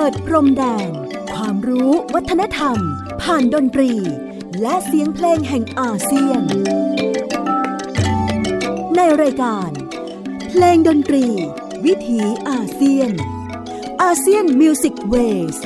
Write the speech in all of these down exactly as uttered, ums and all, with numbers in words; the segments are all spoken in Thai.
ดพรมแดนความรู้วัฒนธรรมผ่านดนตรีและเสียงเพลงแห่งอาเซียนในรายการเพลงดนตรีวิถีอาเซียนอาเซียนมิวสิกเวส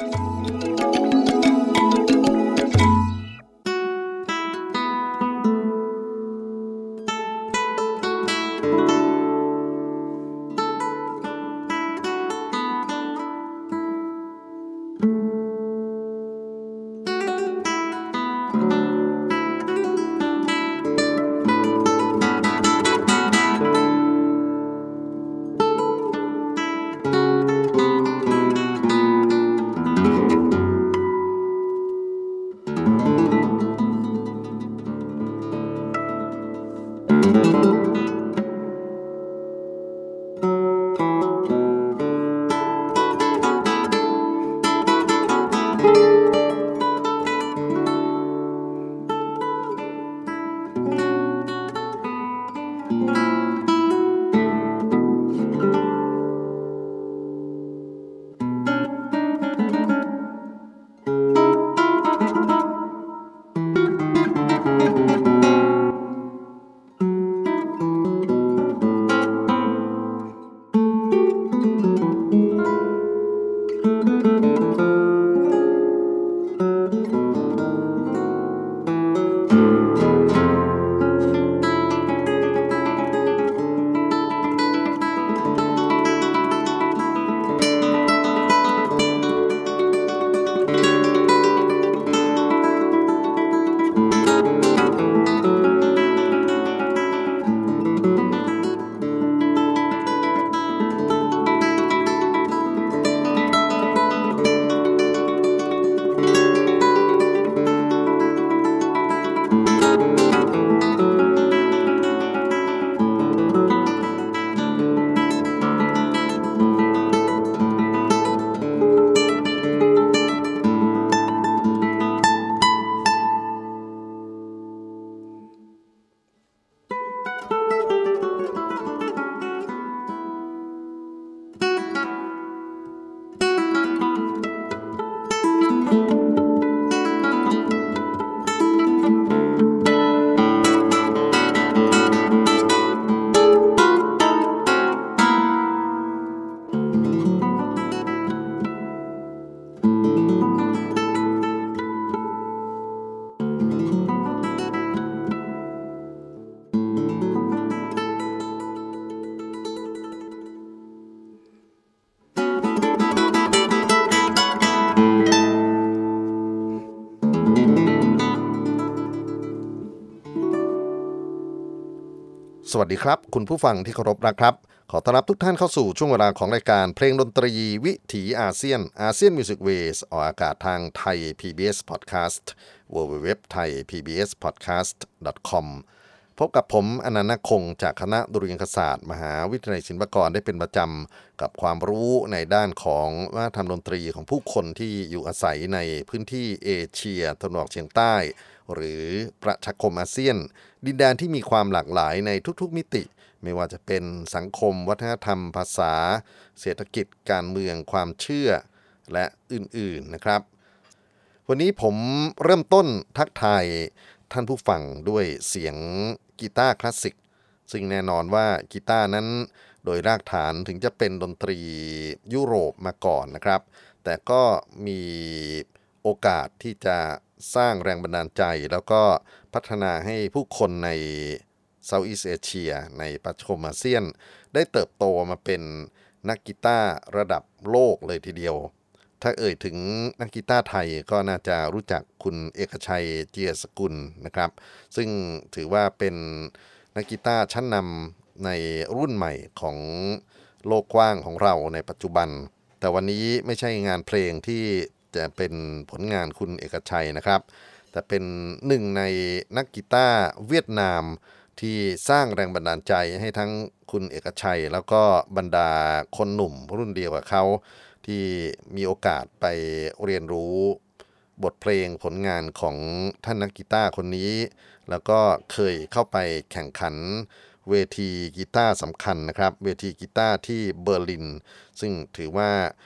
สวัสดีครับคุณผู้ฟังที่เคารพรักครับขอต้อนรับทุกท่านเข้าสู่ช่วงเวลาของรายการเพลงดนตรีวิถีอาเซียนอาเซียนมิวสิกเวสออกอากาศทางไทย พี บี เอส Podcast ดับเบิลยู ดับเบิลยู ดับเบิลยู ดอท ไทย พี บี เอส พอดแคสต์ ดอท คอม พบกับผมอนันต์คงจากคณะดุริยางคศาสตร์มหาวิทยาลัยศิลปากรได้เป็นประจำกับความรู้ในด้านของวัฒนธรรมดนตรีของผู้คนที่อยู่อาศัยในพื้นที่เอเชียตะวันออกเฉียงใต้หรือประชาคมอาเซียนดินแดนที่มีความหลากหลายในทุกๆมิติไม่ว่าจะเป็นสังคมวัฒนธรรมภาษาเศรษฐกิจการเมืองความเชื่อและอื่นๆนะครับวันนี้ผมเริ่มต้นทักทายท่านผู้ฟังด้วยเสียงกีตาร์คลาสสิกซึ่งแน่นอนว่ากีตาร์นั้นโดยรากฐานถึงจะเป็นดนตรียุโรปมาก่อนนะครับแต่ก็มีโอกาสที่จะสร้างแรงบันดาลใจแล้วก็พัฒนาให้ผู้คนในเซาท์อีสต์เอเชียในประชาคมอาเซียนได้เติบโตมาเป็นนักกีตาร์ระดับโลกเลยทีเดียวถ้าเอ่ยถึงนักกีตาร์ไทยก็น่าจะรู้จักคุณเอกชัยเจียสกุลนะครับซึ่งถือว่าเป็นนักกีตาร์ชั้นนำในรุ่นใหม่ของโลกกว้างของเราในปัจจุบันแต่วันนี้ไม่ใช่งานเพลงที่จะเป็นผลงานคุณเอกชัยนะครับแต่เป็นหนึ่งในนักกีตาร์เวียดนามที่สร้างแรงบันดาลใจให้ทั้งคุณเอกชัยแล้วก็บรรดาคนหนุ่มรุ่นเดียวกับเขาที่มีโอกาสไปเรียนรู้บทเพลงผลงานของท่านนักกีตาร์คนนี้แล้วก็เคยเข้าไปแข่งขันเวทีกีตาร์สำคัญนะครับเวทีกีตาร์ที่เบอร์ลินซึ่งถือว่า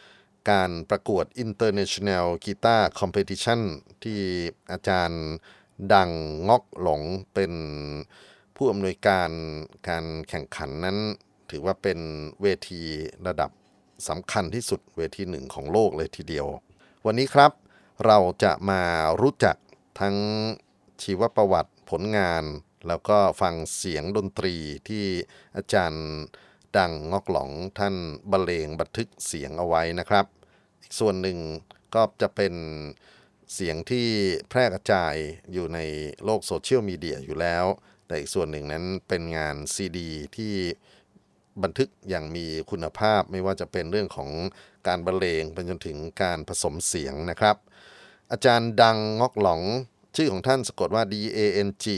การประกวด International Guitar Competition ที่อาจารย์ดังงอกหลงเป็นผู้อำนวยการการแข่งขันนั้นถือว่าเป็นเวทีระดับสำคัญที่สุดเวทีหนึ่งของโลกเลยทีเดียววันนี้ครับเราจะมารู้จักทั้งชีวประวัติผลงานแล้วก็ฟังเสียงดนตรีที่อาจารย์ดังงอกหลงท่านบรรเลงบันทึกเสียงเอาไว้นะครับอีกส่วนหนึ่งก็จะเป็นเสียงที่แพร่กระจายอยู่ในโลกโซเชียลมีเดียอยู่แล้วแต่อีกส่วนหนึ่งนั้นเป็นงานซีดีที่บันทึกอย่างมีคุณภาพไม่ว่าจะเป็นเรื่องของการบรรเลงไปจนถึงการผสมเสียงนะครับอาจารย์ดังงอกหลงชื่อของท่านสะกดว่า D A N G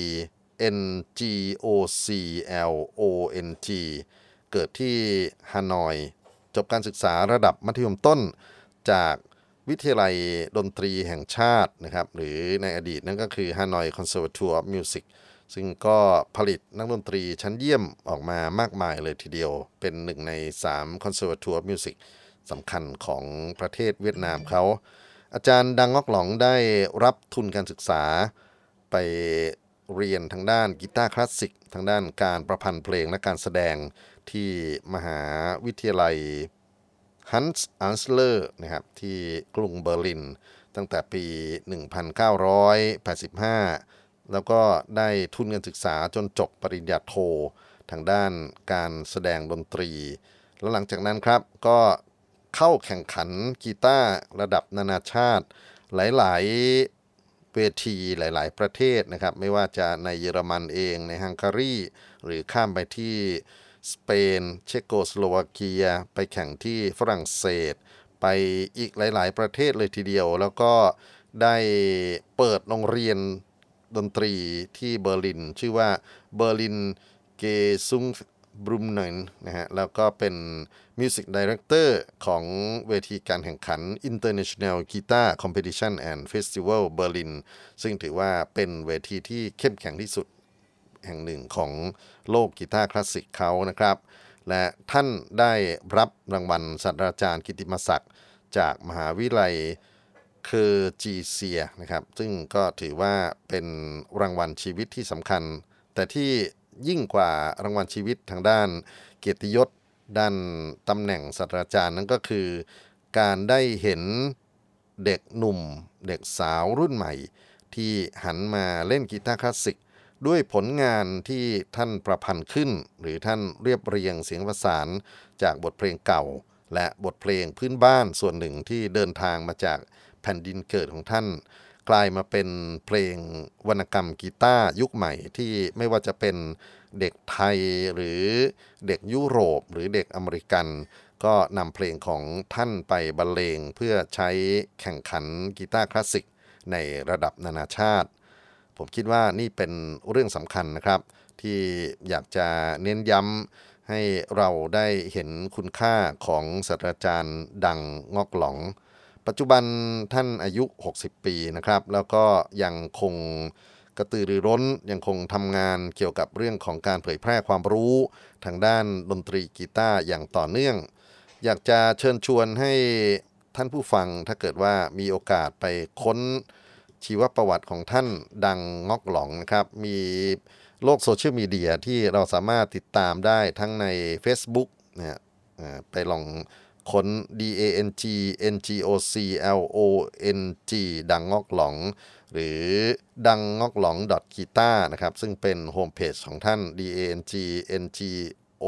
N G O C L O N G เกิดที่ฮานอยจบการศึกษาระดับมัธยมต้นจากวิทยาลัยดนตรีแห่งชาตินะครับหรือในอดีตนั่นก็คือ Hanoi Conservatoire of Music ซึ่งก็ผลิตนักดนตรีชั้นเยี่ยมออกมามากมายเลยทีเดียวเป็นหนึ่งในสาม Conservatoire of Music สำคัญของประเทศเวียดนามเขาอาจารย์ดังงอกหลงได้รับทุนการศึกษาไปเรียนทางด้านกีตาร์คลาสสิกทางด้านการประพันธ์เพลงและการแสดงที่มหาวิทยาลัยฮันส์อันสเลอร์นะครับที่กรุงเบอร์ลินตั้งแต่ปีหนึ่งพันเก้าร้อยแปดสิบห้าแล้วก็ได้ทุนการศึกษาจนจบปริญญาโททางด้านการแสดงดนตรีแล้วหลังจากนั้นครับก็เข้าแข่งขันกีตาร์ระดับนานาชาติหลายๆเวทีหลายๆประเทศนะครับไม่ว่าจะในเยอรมันเองในฮังการีหรือข้ามไปที่สเปนเชโกสโลวาเกียไปแข่งที่ฝรั่งเศสไปอีกหลายๆประเทศเลยทีเดียวแล้วก็ได้เปิดโรงเรียนดนตรีที่เบอร์ลินชื่อว่าเบอร์ลินเกซุงบรูมเนนนะฮะแล้วก็เป็นมิวสิกไดเรคเตอร์ของเวทีการแข่งขัน International Guitar Competition and Festival Berlin ซึ่งถือว่าเป็นเวทีที่เข้มแข็งที่สุดแห่งหนึ่งของโลกกีตาร์คลาสสิกเขานะครับและท่านได้รับรางวัลศาสตราจารย์กิตติมศักดิ์จากมหาวิทยาลัยเคอร์จีเซียนะครับซึ่งก็ถือว่าเป็นรางวัลชีวิตที่สำคัญแต่ที่ยิ่งกว่ารางวัลชีวิตทางด้านเกียรติยศด้านตำแหน่งศาสตราจารย์นั่นก็คือการได้เห็นเด็กหนุ่มเด็กสาวรุ่นใหม่ที่หันมาเล่นกีตาร์คลาสสิกด้วยผลงานที่ท่านประพันธ์ขึ้นหรือท่านเรียบเรียงเสียงประสานจากบทเพลงเก่าและบทเพลงพื้นบ้านส่วนหนึ่งที่เดินทางมาจากแผ่นดินเกิดของท่านกลายมาเป็นเพลงวรรณกรรมกีตาร์ยุคใหม่ที่ไม่ว่าจะเป็นเด็กไทยหรือเด็กยุโรปหรือเด็กอเมริกันก็นำเพลงของท่านไปบรรเลงเพื่อใช้แข่งขันกีตาร์คลาสสิกในระดับนานาชาติผมคิดว่านี่เป็นเรื่องสำคัญนะครับที่อยากจะเน้นย้ำให้เราได้เห็นคุณค่าของศาสตราจารย์ดังงอกหลงปัจจุบันท่านอายุหกสิบปีนะครับแล้วก็ยังคงกระตือรือร้นยังคงทำงานเกี่ยวกับเรื่องของการเผยแพร่ความรู้ทางด้านดนตรีกีตาร์อย่างต่อเนื่องอยากจะเชิญชวนให้ท่านผู้ฟังถ้าเกิดว่ามีโอกาสไปค้นชีวประวัติของท่านดังงอกหลงนะครับมีโลกโซเชียลมีเดียที่เราสามารถติดตามได้ทั้งใน Facebook นะไปลองค้น D A N G N G O C L O N G ดังงอกหลงหรือดังงอกหลง .guitar นะครับซึ่งเป็นโฮมเพจของท่าน D A N G N G O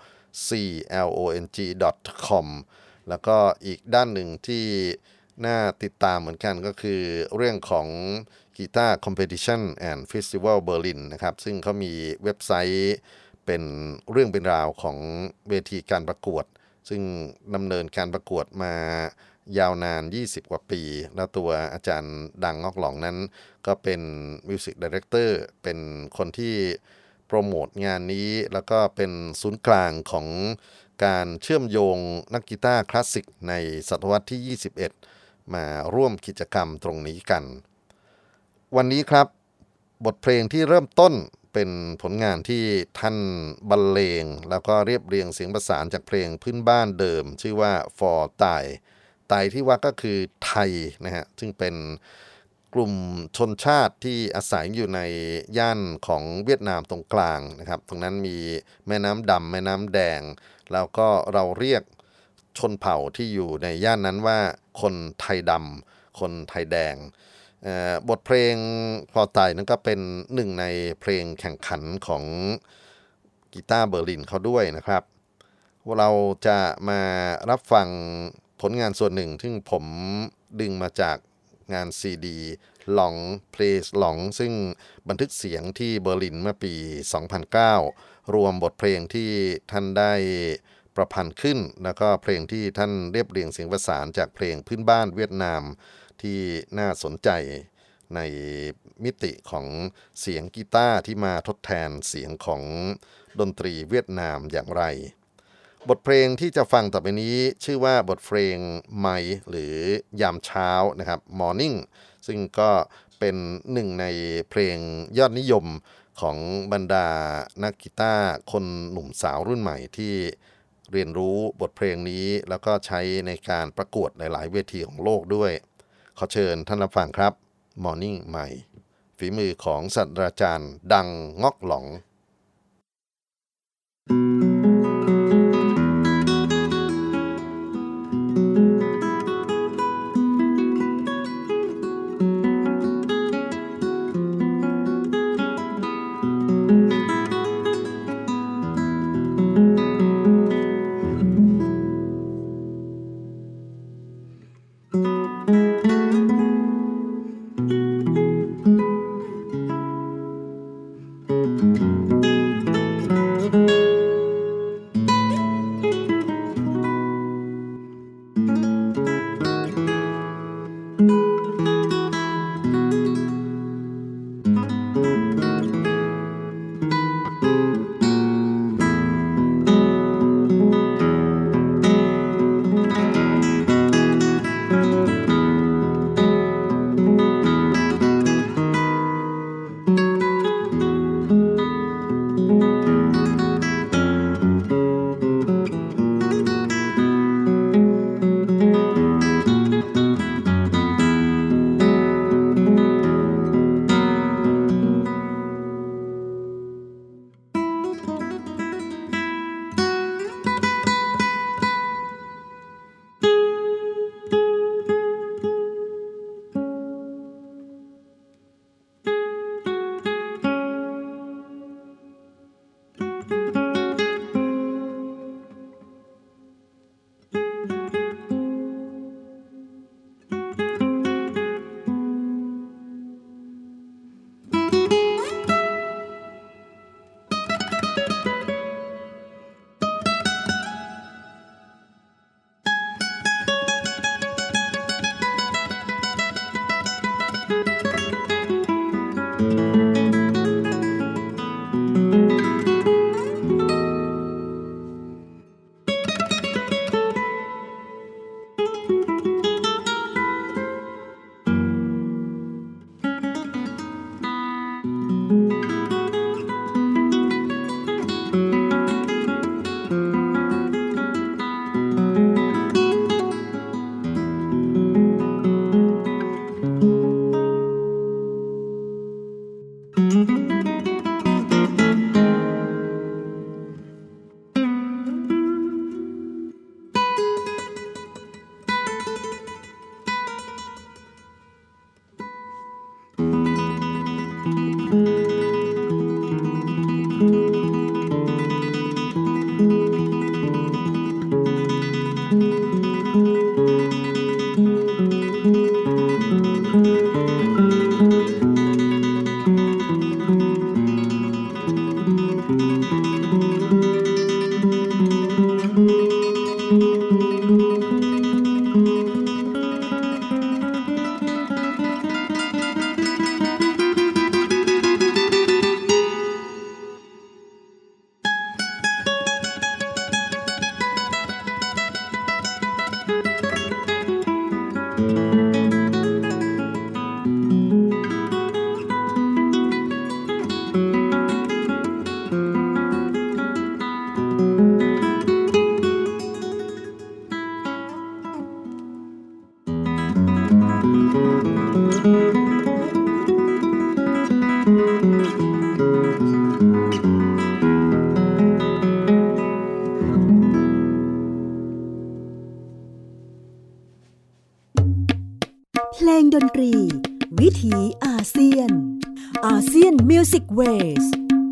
C L O N G .com แล้วก็อีกด้านหนึ่งที่น่าติดตามเหมือนกันก็คือเรื่องของ Guitar Competition and Festival Berlin นะครับซึ่งเขามีเว็บไซต์เป็นเรื่องเป็นราวของเวทีการประกวดซึ่งดำเนินการประกวดมายาวนานยี่สิบกว่าปีแล้วตัวอาจารย์ดังงอกหลงนั้นก็เป็นมิวสิกไดเรคเตอร์เป็นคนที่โปรโมทงานนี้แล้วก็เป็นศูนย์กลางของการเชื่อมโยงนักกีตาร์คลาสสิกในศตวรรษที่ยี่สิบเอ็ดมาร่วมกิจกรรมตรงนี้กันวันนี้ครับบทเพลงที่เริ่มต้นเป็นผลงานที่ท่านบรรเลงแล้วก็เรียบเรียงเสียงประสานจากเพลงพื้นบ้านเดิมชื่อว่า For Tai ไตที่ว่าก็คือไทยนะฮะซึ่งเป็นกลุ่มชนชาติที่อาศัยอยู่ในย่านของเวียดนามตรงกลางนะครับตรงนั้นมีแม่น้ำดำแม่น้ำแดงแล้วก็เราเรียกชนเผ่าที่อยู่ในย่านนั้นว่าคนไทยดำคนไทยแดงบทเพลงพอไตนั้นก็เป็นหนึ่งในเพลงแข่งขันของกีตาร์เบอร์ลินเขาด้วยนะครับเราจะมารับฟังผลงานส่วนหนึ่งที่ผมดึงมาจากงานซีดีหลองเพลสหลองซึ่งบันทึกเสียงที่เบอร์ลินเมื่อปี สองพันเก้า รวมบทเพลงที่ท่านได้ประพันธ์ขึ้นแล้วก็เพลงที่ท่านเรียบเรียงเสียงประสานจากเพลงพื้นบ้านเวียดนามที่น่าสนใจในมิติของเสียงกีตาร์ที่มาทดแทนเสียงของดนตรีเวียดนามอย่างไรบทเพลงที่จะฟังต่อไปนี้ชื่อว่าบทเพลงไมหรือยามเช้านะครับ Morning ซึ่งก็เป็นหนึ่งในเพลงยอดนิยมของบรรดานักกีตาร์คนหนุ่มสาวรุ่นใหม่ที่เรียนรู้บทเพลงนี้แล้วก็ใช้ในการประกวดหลายๆเวทีของโลกด้วยขอเชิญท่านรับฟังครับ Morning ใหม่ฝีมือของศาสตราจารย์ดังงอกหลอง Thank you. ลงดนตรีวิถีอาเซียนอาเซียนมิวสิกเวส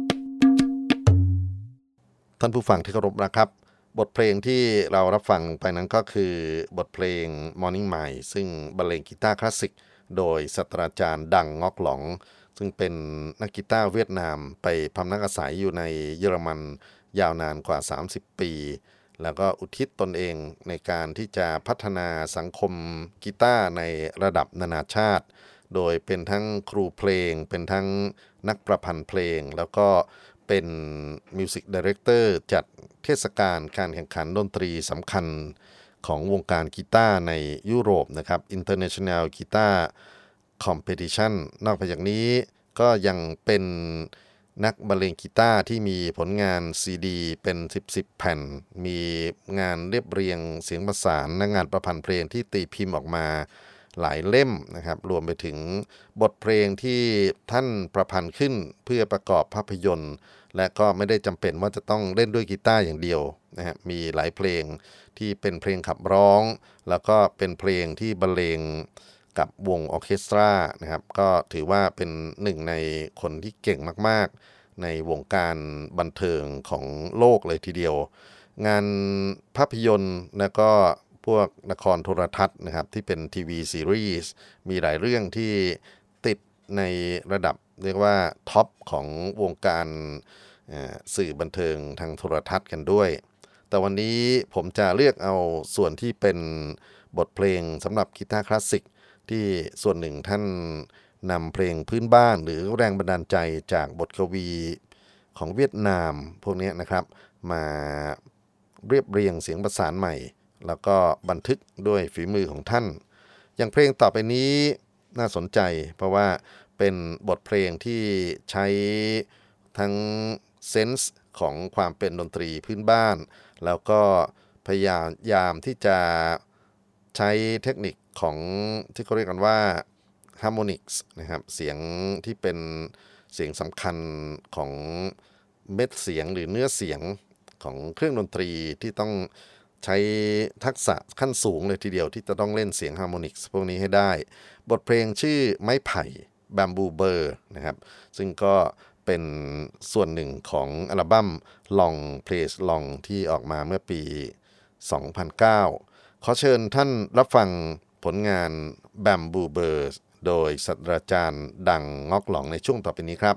ท่านผู้ฟังที่เคารพนะครับบทเพลงที่เรารับฟังไปนั้นก็คือบทเพลง Morning Mile ซึ่งบรรเลงกีตาร์คลาสสิกโดยศาสตราจารย์ดังงอกหลองซึ่งเป็นนักกีตาร์เวียดนามไปพำนักอาศัยอยู่ในเยอรมันยาวนานกว่าสามสิบปีแล้วก็อุทิศตนเองในการที่จะพัฒนาสังคมกีตาร์ในระดับนานาชาติโดยเป็นทั้งครูเพลงเป็นทั้งนักประพันธ์เพลงแล้วก็เป็นมิวสิกไดเรคเตอร์จัดเทศกาลการแข่งขันดนตรีสำคัญของวงการกีตาร์ในยุโรปนะครับ International Guitar Competition นอกจากนี้ก็ยังเป็นนักบรรเลงกีตาร์ที่มีผลงานซีดีเป็นสิบ สิบแผ่นมีงานเรียบเรียงเสียงประสานและงานประพันธ์เพลงที่ตีพิมพ์ออกมาหลายเล่มนะครับรวมไปถึงบทเพลงที่ท่านประพันธ์ขึ้นเพื่อประกอบภาพยนตร์และก็ไม่ได้จำเป็นว่าจะต้องเล่นด้วยกีตาร์อย่างเดียวนะฮะมีหลายเพลงที่เป็นเพลงขับร้องแล้วก็เป็นเพลงที่บรรเลงกับวงออร์เคสตรานะครับก็ถือว่าเป็นหนึ่งในคนที่เก่งมากๆในวงการบันเทิงของโลกเลยทีเดียวงานภาพยนตร์และก็พวกละครโทรทัศน์นะครับที่เป็นทีวีซีรีส์มีหลายเรื่องที่ติดในระดับเรียกว่าท็อปของวงการสื่อบันเทิงทางโทรทัศน์กันด้วยแต่วันนี้ผมจะเลือกเอาส่วนที่เป็นบทเพลงสำหรับกีตาร์คลาสสิกที่ส่วนหนึ่งท่านนำเพลงพื้นบ้านหรือแรงบันดาลใจจากบทกวีของเวียดนามพวกนี้นะครับมาเรียบเรียงเสียงประสานใหม่แล้วก็บันทึกด้วยฝีมือของท่านอย่างเพลงต่อไปนี้น่าสนใจเพราะว่าเป็นบทเพลงที่ใช้ทั้งเซนส์ของความเป็นดนตรีพื้นบ้านแล้วก็พยายามที่จะใช้เทคนิคของที่เขาเรียกกันว่า harmonics นะครับเสียงที่เป็นเสียงสำคัญของเม็ดเสียงหรือเนื้อเสียงของเครื่องดนตรีที่ต้องใช้ทักษะขั้นสูงเลยทีเดียวที่จะต้องเล่นเสียง harmonics พวกนี้ให้ได้บทเพลงชื่อไม้ไผ่ Bamboo Burr นะครับซึ่งก็เป็นส่วนหนึ่งของอัลบั้ม Long Plays Long ที่ออกมาเมื่อปี สองพันเก้า ขอเชิญท่านรับฟังผลงาน Bamboo Burr โดยศาสตราจารย์ดังงอกหลองในช่วงต่อไปนี้ครับ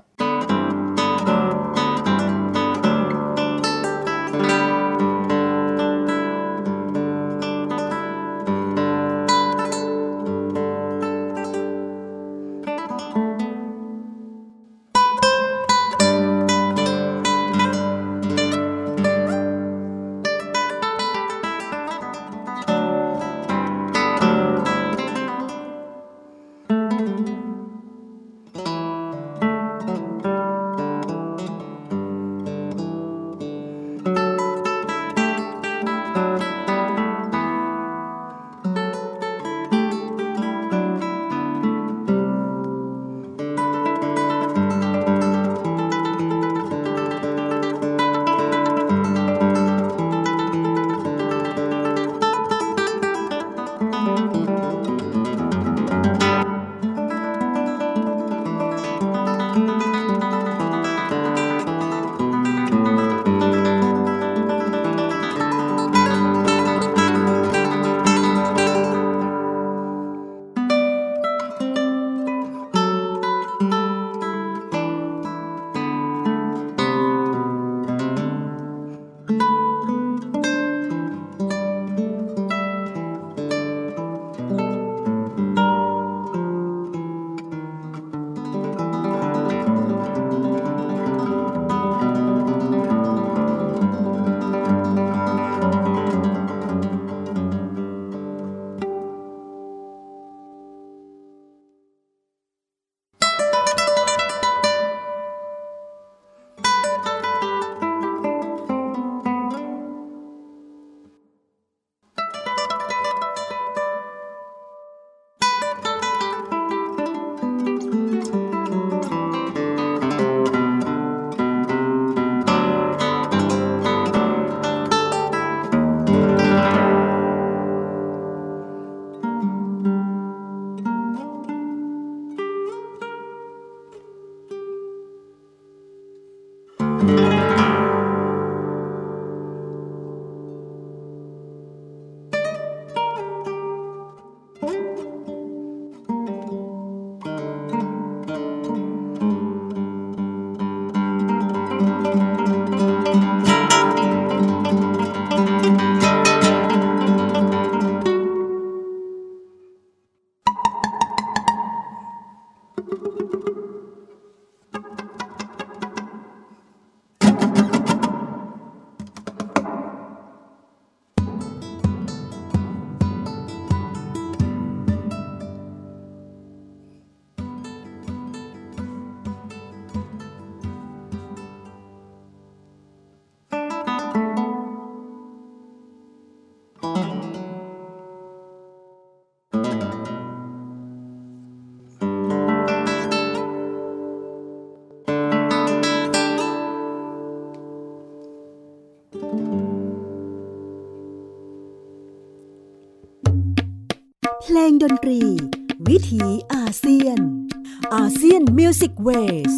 เพลงดนตรีวิถีอาเซียนอาเซียนมิวสิกเวส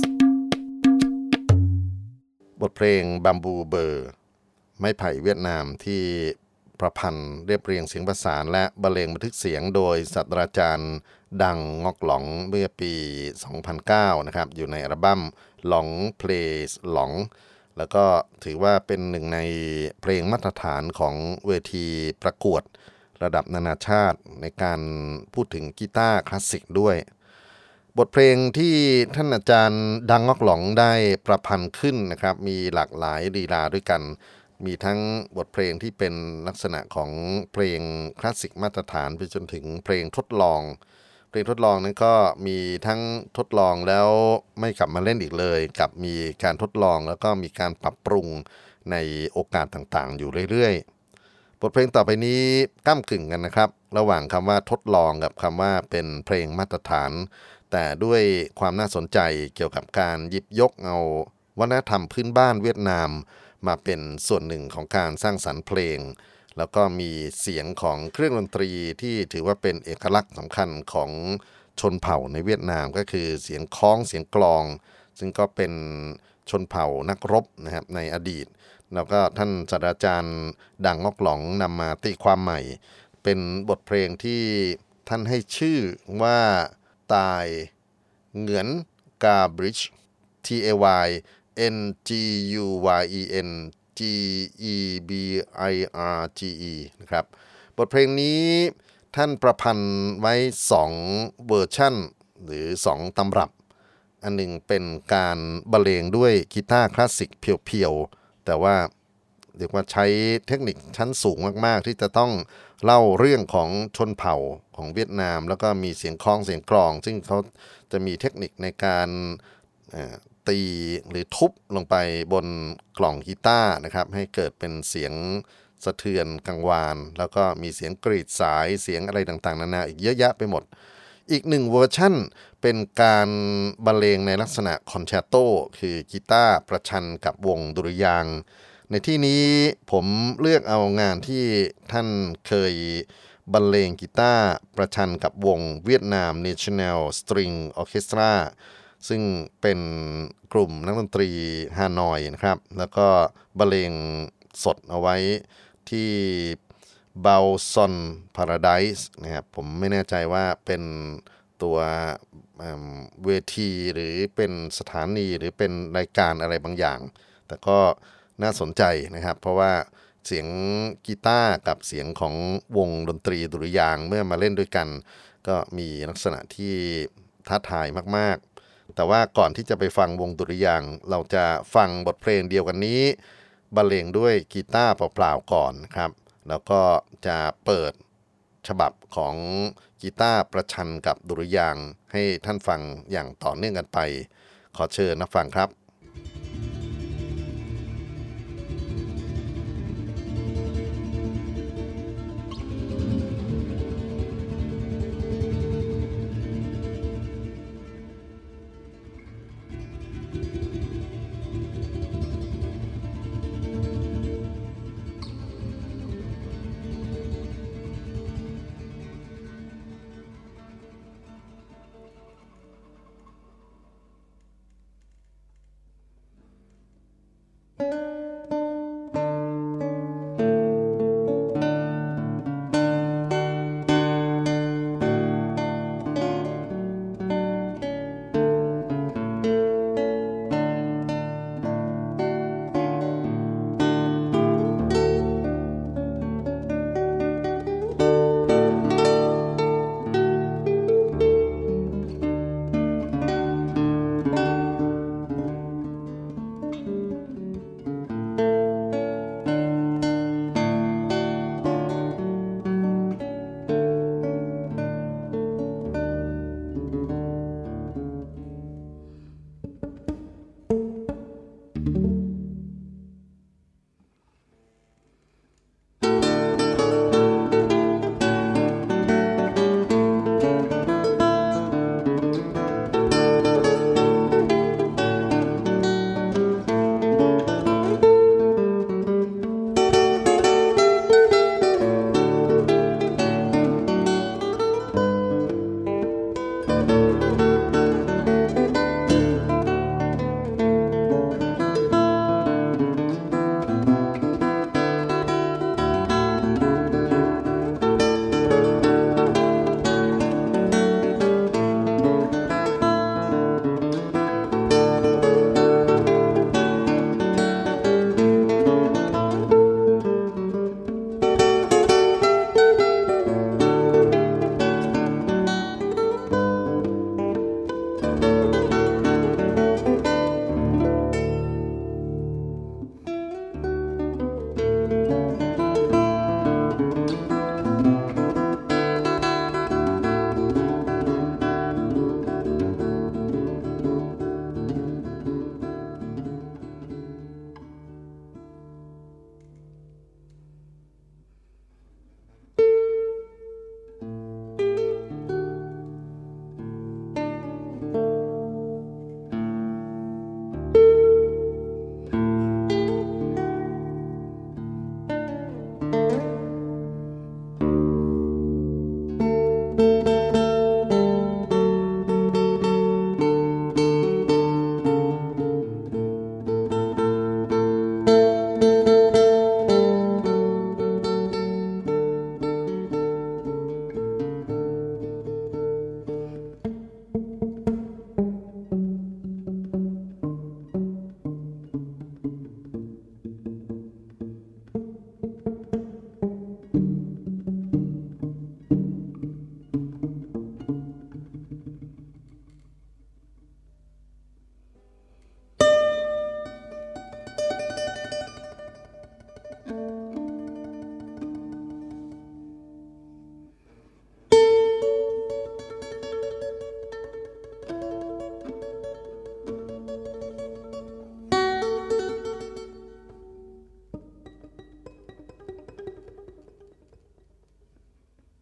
บทเพลงบัมบูเบอร์ไม้ไผ่เวียดนามที่ประพันธ์เรียบเรียงเสียงประสานและบรรเลงบันทึกเสียงโดยศาสตราจารย์ดังงอกหลงเมื่อปี สองพันเก้า นะครับอยู่ในอัลบั้มหลงเพลสหลงแล้วก็ถือว่าเป็นหนึ่งในเพลงมาตรฐานของเวทีประกวดระดับนานาชาติในการพูดถึงกีตาร์คลาสสิกด้วยบทเพลงที่ท่านอาจารย์ดังงอกหลงได้ประพันธ์ขึ้นนะครับมีหลากหลายลีลาด้วยกันมีทั้งบทเพลงที่เป็นลักษณะของเพลงคลาสสิกมาตรฐานไปจนถึงเพลงทดลองเพลงทดลองนั้นก็มีทั้งทดลองแล้วไม่กลับมาเล่นอีกเลยกับมีการทดลองแล้วก็มีการปรับปรุงในโอกาสต่างๆอยู่เรื่อยๆบทเพลงต่อไปนี้ก้ำกึ่งกันนะครับระหว่างคำว่าทดลองกับคำว่าเป็นเพลงมาตรฐานแต่ด้วยความน่าสนใจเกี่ยวกับการหยิบยกเอาวัฒนธรรมพื้นบ้านเวียดนามมาเป็นส่วนหนึ่งของการสร้างสรรค์เพลงแล้วก็มีเสียงของเครื่องดนตรีที่ถือว่าเป็นเอกลักษณ์สำคัญของชนเผ่าในเวียดนามก็คือเสียงค้องเสียงกลองซึ่งก็เป็นชนเผ่านักรบนะครับในอดีตแล้วก็ท่านศาสตราจารย์ดังงอกหลงนำมาตีความใหม่เป็นบทเพลงที่ท่านให้ชื่อว่าตายเหงือนกาบริดจ์ T A Y N G U Y E N G E B I R G E นะครับบทเพลงนี้ท่านประพันธ์ไว้สองเวอร์ชั่นหรือสองตำรับอันหนึ่งเป็นการบรรเลงด้วยกีตาร์คลาสสิกเพียวๆแต่ว่าเรียกว่าใช้เทคนิคชั้นสูงมากๆที่จะต้องเล่าเรื่องของชนเผ่าของเวียดนามแล้วก็มีเสียงคล้องเสียงกลองซึ่งเขาจะมีเทคนิคในการตีหรือทุบลงไปบนกล่องกีตาร์นะครับให้เกิดเป็นเสียงสะเทือนกังวานแล้วก็มีเสียงกรีดสายเสียงอะไรต่างๆนานาอีกเยอะแยะไปหมดอีกหนึ่งเวอร์ชั่นเป็นการบรรเลงในลักษณะคอนแชร์โตคือกีตาร์ประชันกับวงดุริยางค์ในที่นี้ผมเลือกเอางานที่ท่านเคยบรรเลงกีตาร์ประชันกับวงเวียดนาม National String Orchestra ซึ่งเป็นกลุ่มนักดนตรีฮานอยนะครับแล้วก็บรรเลงสดเอาไว้ที่เบาซอนพาราไดซ์นะครับผมไม่แน่ใจว่าเป็นตัวเวทีหรือเป็นสถานีหรือเป็นรายการอะไรบางอย่างแต่ก็น่าสนใจนะครับเพราะว่าเสียงกีตาร์กับเสียงของวงดนตรีดุริยางค์เมื่อมาเล่นด้วยกันก็มีลักษณะที่ท้าทายมากๆแต่ว่าก่อนที่จะไปฟังวงดุริยางค์เราจะฟังบทเพลงเดียวกันนี้บรรเลงด้วยกีตาร์เปล่าๆก่อนครับแล้วก็จะเปิดฉบับของกีตาร์ประชันกับดุริยางค์ให้ท่านฟังอย่างต่อเนื่องกันไปขอเชิญรับฟังครับ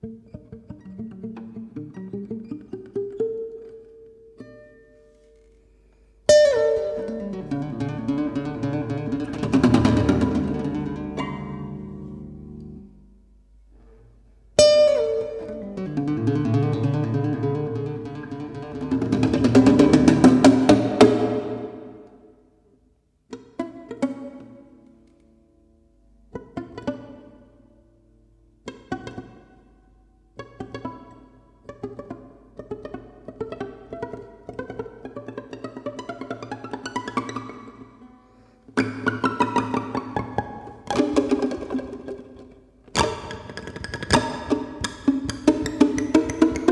ค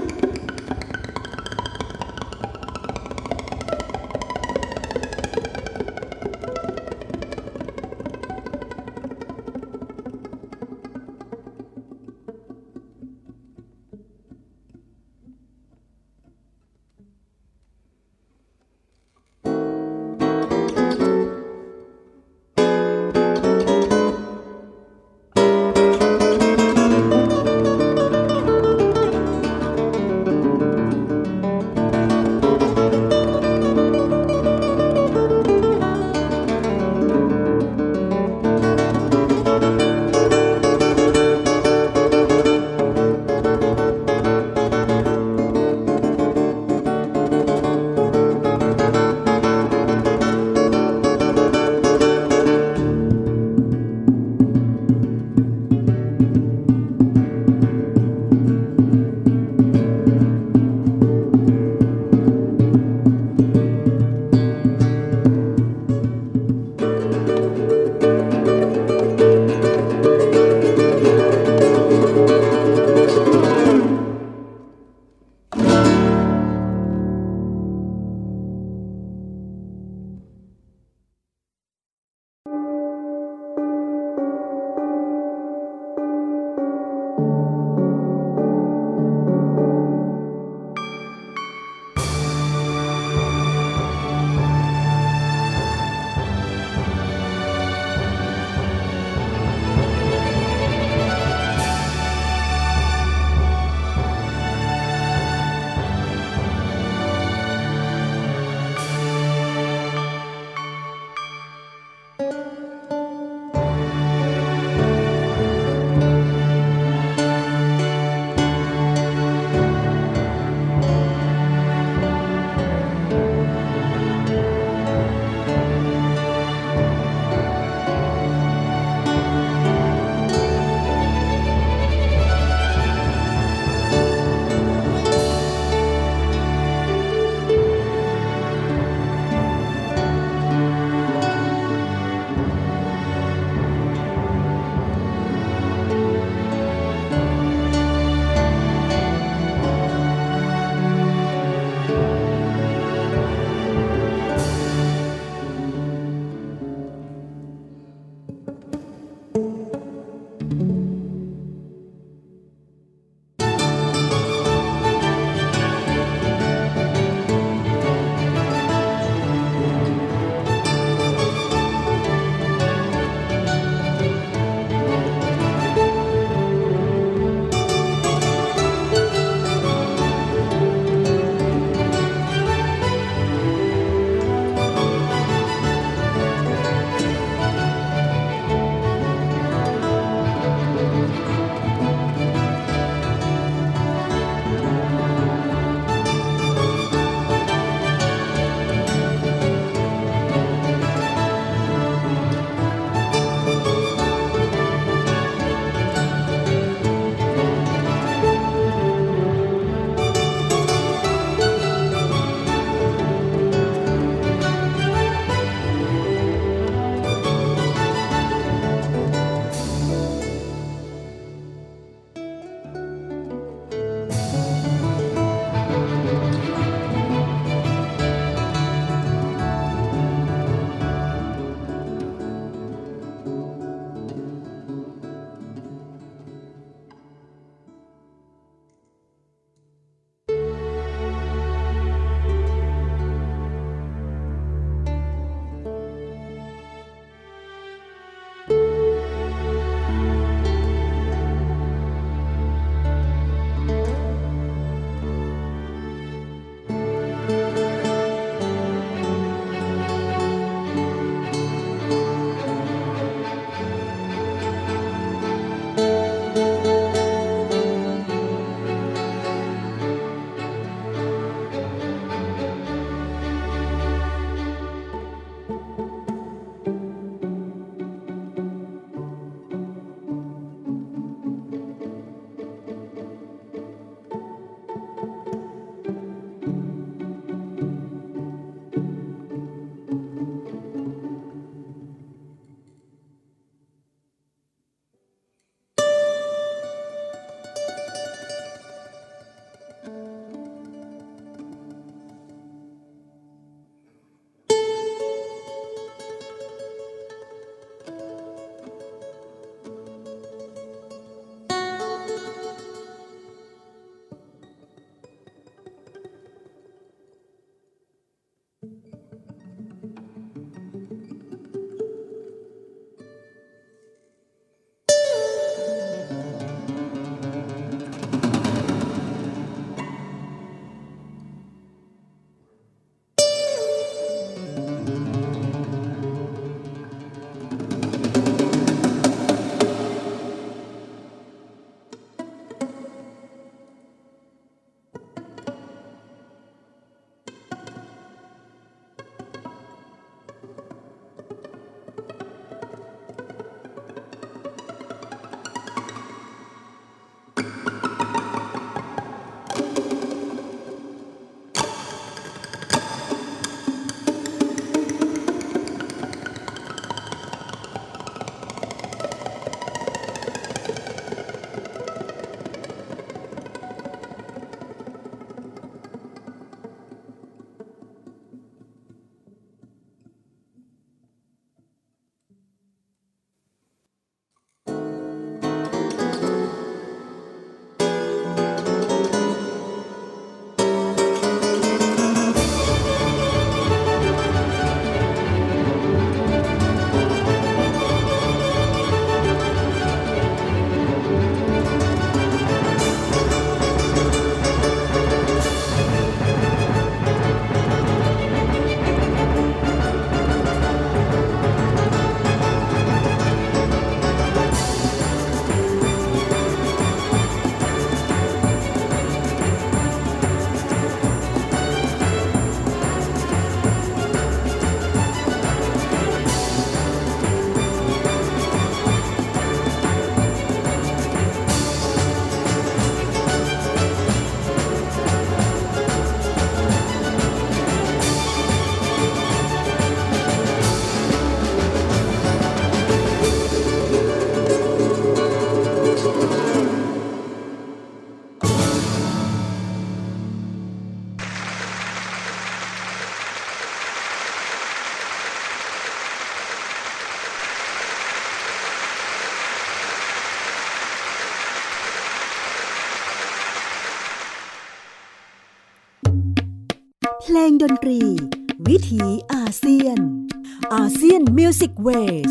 เพลงดนตรีวิถีอาเซียนอาเซียนมิวสิกเวส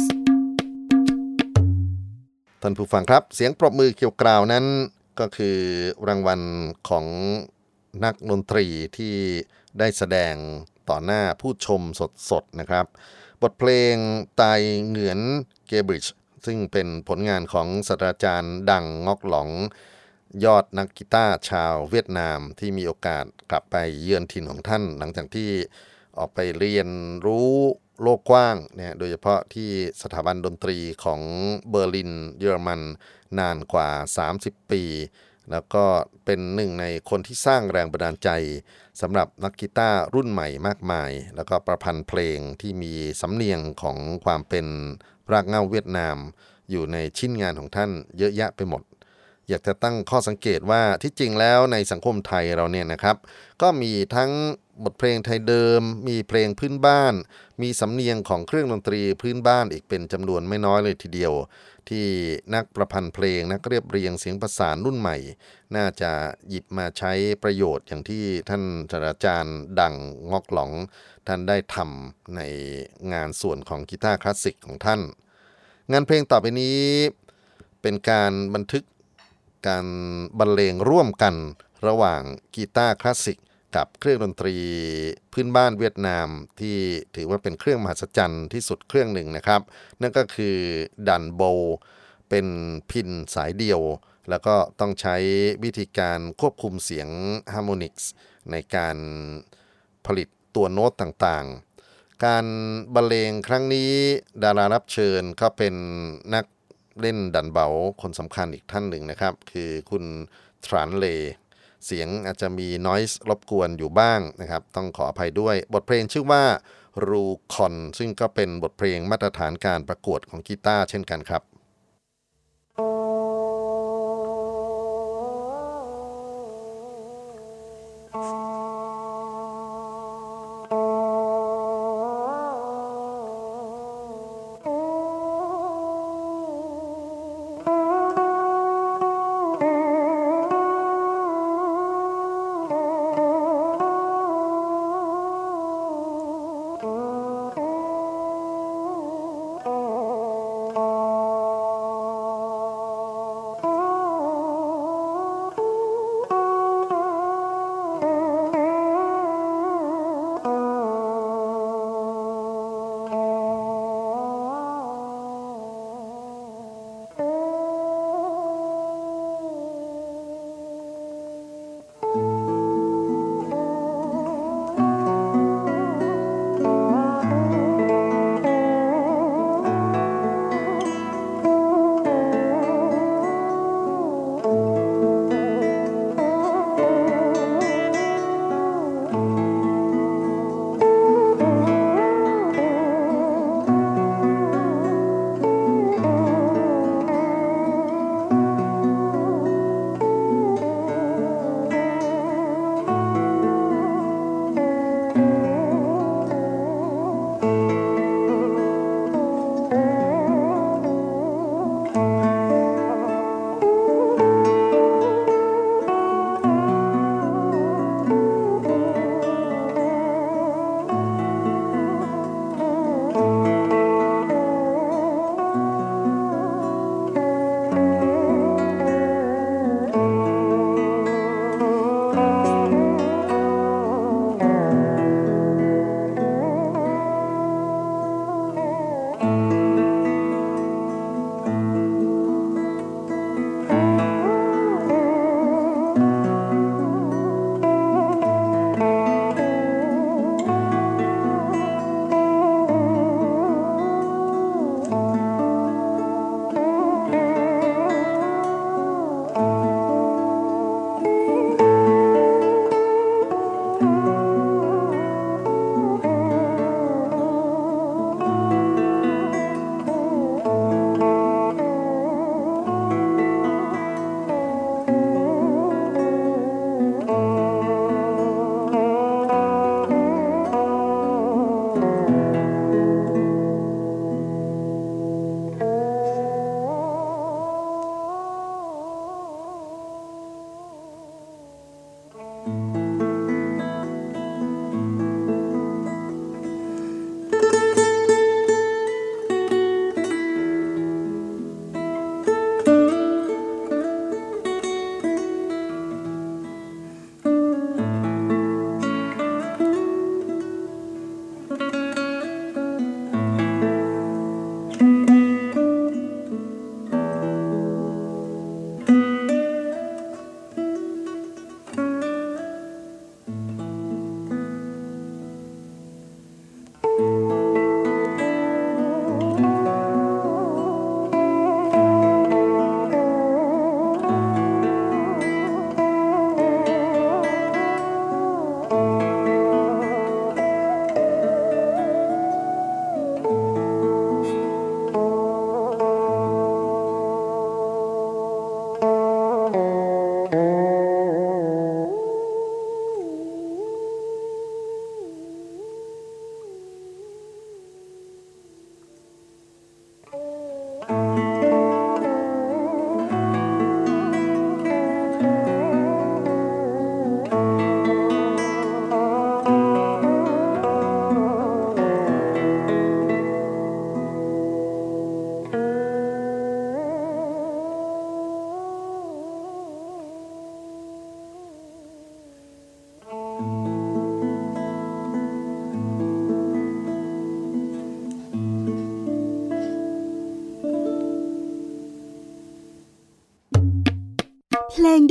ท่านผู้ฟังครับเสียงปรบมือเกลียวกราวนั้นก็คือรางวัลของนักดนตรีที่ได้แสดงต่อหน้าผู้ชมสดๆนะครับบทเพลงตายเหงือนเกบริดจ์ซึ่งเป็นผลงานของศาสตราจารย์ดังงอกหลองยอดนักกีตาร์ชาวเวียดนามที่มีโอกาสกลับไปเยือนถิ่นของท่านหลังจากที่ออกไปเรียนรู้โลกกว้างเนี่ยโดยเฉพาะที่สถาบันดนตรีของเบอร์ลินเยอรมันนานกว่าสามสิบปีแล้วก็เป็นหนึ่งในคนที่สร้างแรงบันดาลใจสำหรับนักกีตาร์รุ่นใหม่มากมายแล้วก็ประพันธ์เพลงที่มีสำเนียงของความเป็นรากเหง้าเวียดนามอยู่ในชิ้นงานของท่านเยอะแยะไปหมดอยากจะตั้งข้อสังเกตว่าที่จริงแล้วในสังคมไทยเราเนี่ยนะครับก็มีทั้งบทเพลงไทยเดิมมีเพลงพื้นบ้านมีสำเนียงของเครื่องดนตรีพื้นบ้านอีกเป็นจำนวนไม่น้อยเลยทีเดียวที่นักประพันธ์เพลงนักเรียบเรียงเสียงประสานรุ่นใหม่น่าจะหยิบมาใช้ประโยชน์อย่างที่ท่านศาสตราจารย์ดังงอกหลองท่านได้ทำในงานส่วนของกีตาร์คลาสสิกของท่านงานเพลงต่อไปนี้เป็นการบันทึกการบรรเลงร่วมกันระหว่างกีตาร์คลาสสิกกับเครื่องดนตรีพื้นบ้านเวียดนามที่ถือว่าเป็นเครื่องมหัศจรรย์ที่สุดเครื่องหนึ่งนะครับนั่นก็คือดันโบเป็นพินสายเดียวแล้วก็ต้องใช้วิธีการควบคุมเสียงฮาร์โมนิกส์ในการผลิตตัวโน้ตต่างๆการบรรเลงครั้งนี้ดารารับเชิญก็เป็นนักเล่นดันเบาคนสำคัญอีกท่านหนึ่งนะครับคือคุณทรานเลเสียงอาจจะมี noise รบกวนอยู่บ้างนะครับต้องขออภัยด้วยบทเพลงชื่อว่ารูคอนซึ่งก็เป็นบทเพลงมาตรฐานการประกวดของกีตาร์เช่นกันครับ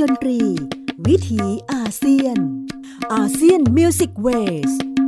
ดนตรีวิถีอาเซียนอาเซียนมิวสิกเวส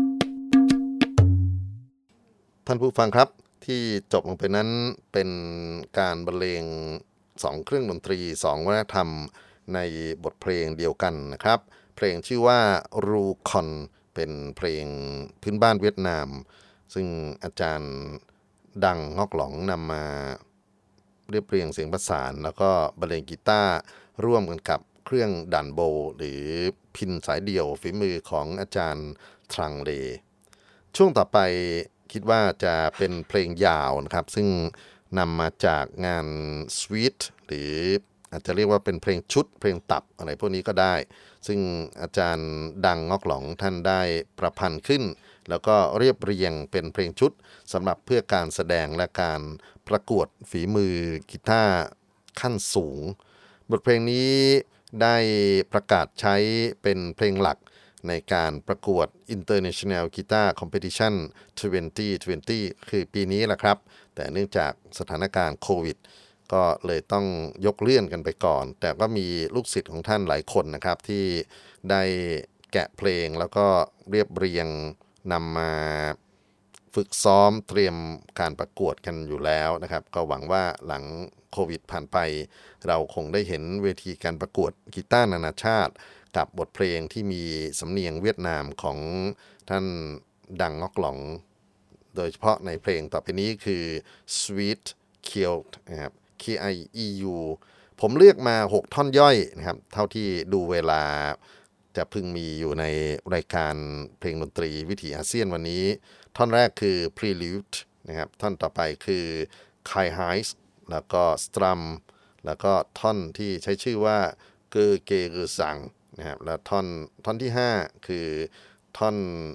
ท่านผู้ฟังครับที่จบลงไปนั้นเป็นการบรรเลงสองเครื่องดนตรีสองวัฒนธรรมในบทเพลงเดียวกันนะครับเพลงชื่อว่ารูคอนเป็นเพลงพื้นบ้านเวียดนามซึ่งอาจารย์ดังงอกหลองนำมาเรียบเรียงเสียงประสานแล้วก็บรรเลงกีตาร์ร่วมกันกับเครื่องดันโบหรือพินสายเดี่ยวฝีมือของอาจารย์ทรังเลช่วงต่อไปคิดว่าจะเป็นเพลงยาวนะครับซึ่งนำมาจากงานสวีทหรืออาจจะเรียกว่าเป็นเพลงชุดเพลงตับอะไรพวกนี้ก็ได้ซึ่งอาจารย์ดังงอกหลองท่านได้ประพันธ์ขึ้นแล้วก็เรียบเรียงเป็นเพลงชุดสำหรับเพื่อการแสดงและการประกวดฝีมือกีตาร์ขั้นสูงบทเพลงนี้ได้ประกาศใช้เป็นเพลงหลักในการประกวด International Guitar Competition สองพันยี่สิบ คือปีนี้แหละครับแต่เนื่องจากสถานการณ์โควิดก็เลยต้องยกเลื่อนกันไปก่อนแต่ก็มีลูกศิษย์ของท่านหลายคนนะครับที่ได้แกะเพลงแล้วก็เรียบเรียงนำมาฝึกซ้อมเตรียมการประกวดกันอยู่แล้วนะครับก็หวังว่าหลังโควิดผ่านไปเราคงได้เห็นเวทีการประกวดกีตาร์นานาชาติกับบทเพลงที่มีสำเนียงเวียดนามของท่านดังงอกหลองโดยเฉพาะในเพลงต่อไปนี้คือ Sweet Kilt นะครับ K I E U ผมเลือกมาหกท่อนย่อยนะครับเท่าที่ดูเวลาจะพึงมีอยู่ในรายการเพลงดนตรีวิถีอาเซียนวันนี้ท่อนแรกคือ Prelude นะครับท่อนต่อไปคือ Kai Heist แล้วก็ Strum แล้วก็ท่อนที่ใช้ชื่อว่าเกอเกอร์ซังนะครับแล้วท่อนท่อนที่ห้าคือท่อน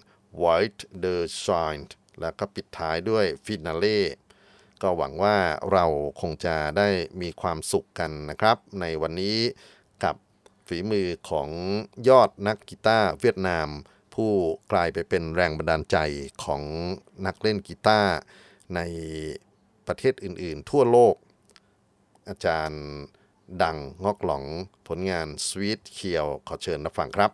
White the Shine แล้วก็ปิดท้ายด้วย Finale ก็หวังว่าเราคงจะได้มีความสุขกันนะครับในวันนี้กับฝีมือของยอดนักกีตาร์เวียดนามผู้กลายไปเป็นแรงบันดาลใจของนักเล่นกีตาร์ในประเทศอื่นๆทั่วโลกอาจารย์ดังงอกหลองผลงาน Sweet Kiel ขอเชิญรับฟังครับ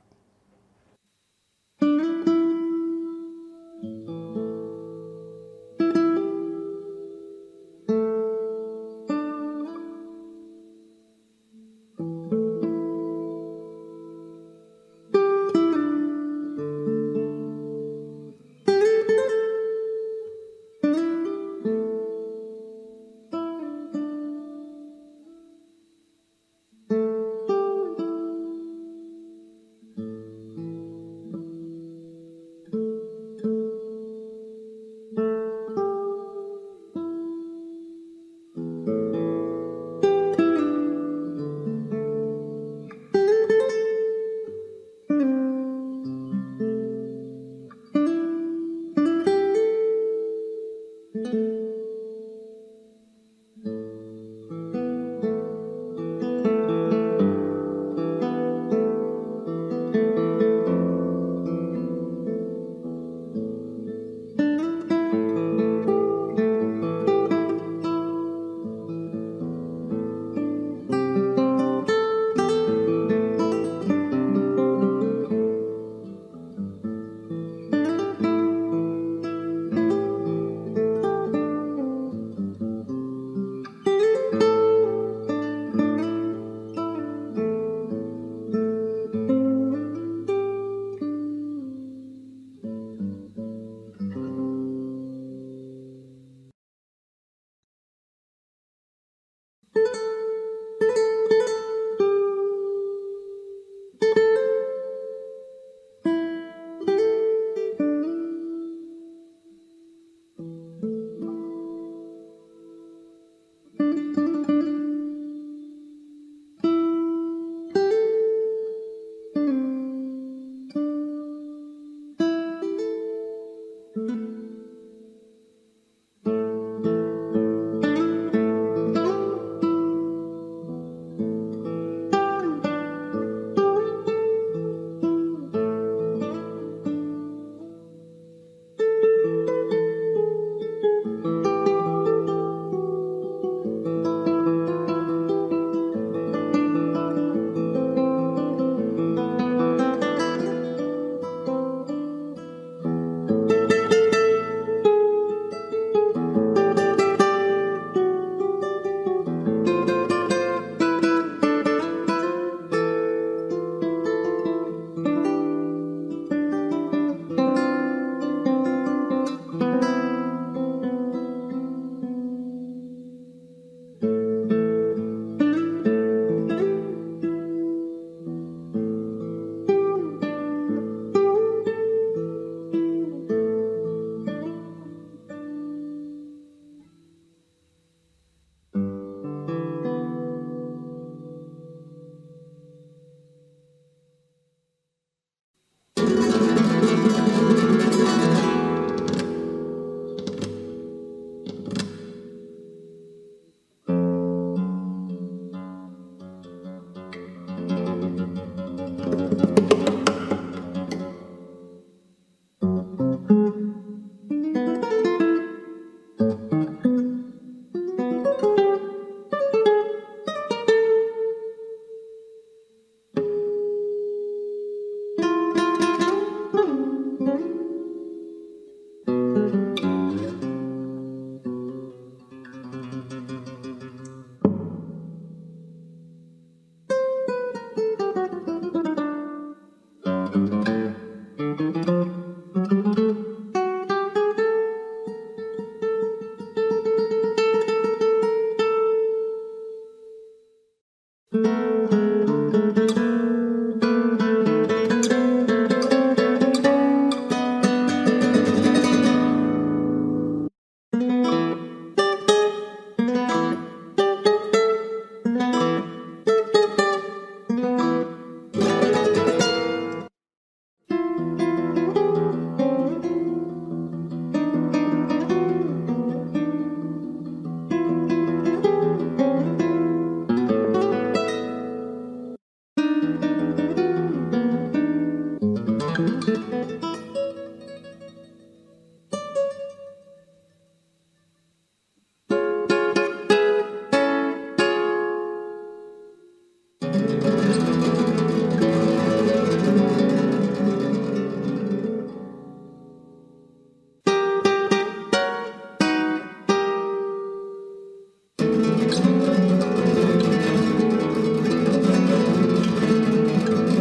Thank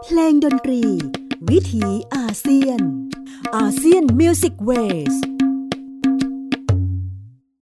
เพลงดนตรีวิถีอาเซียนอาเซียนมิวสิกเวส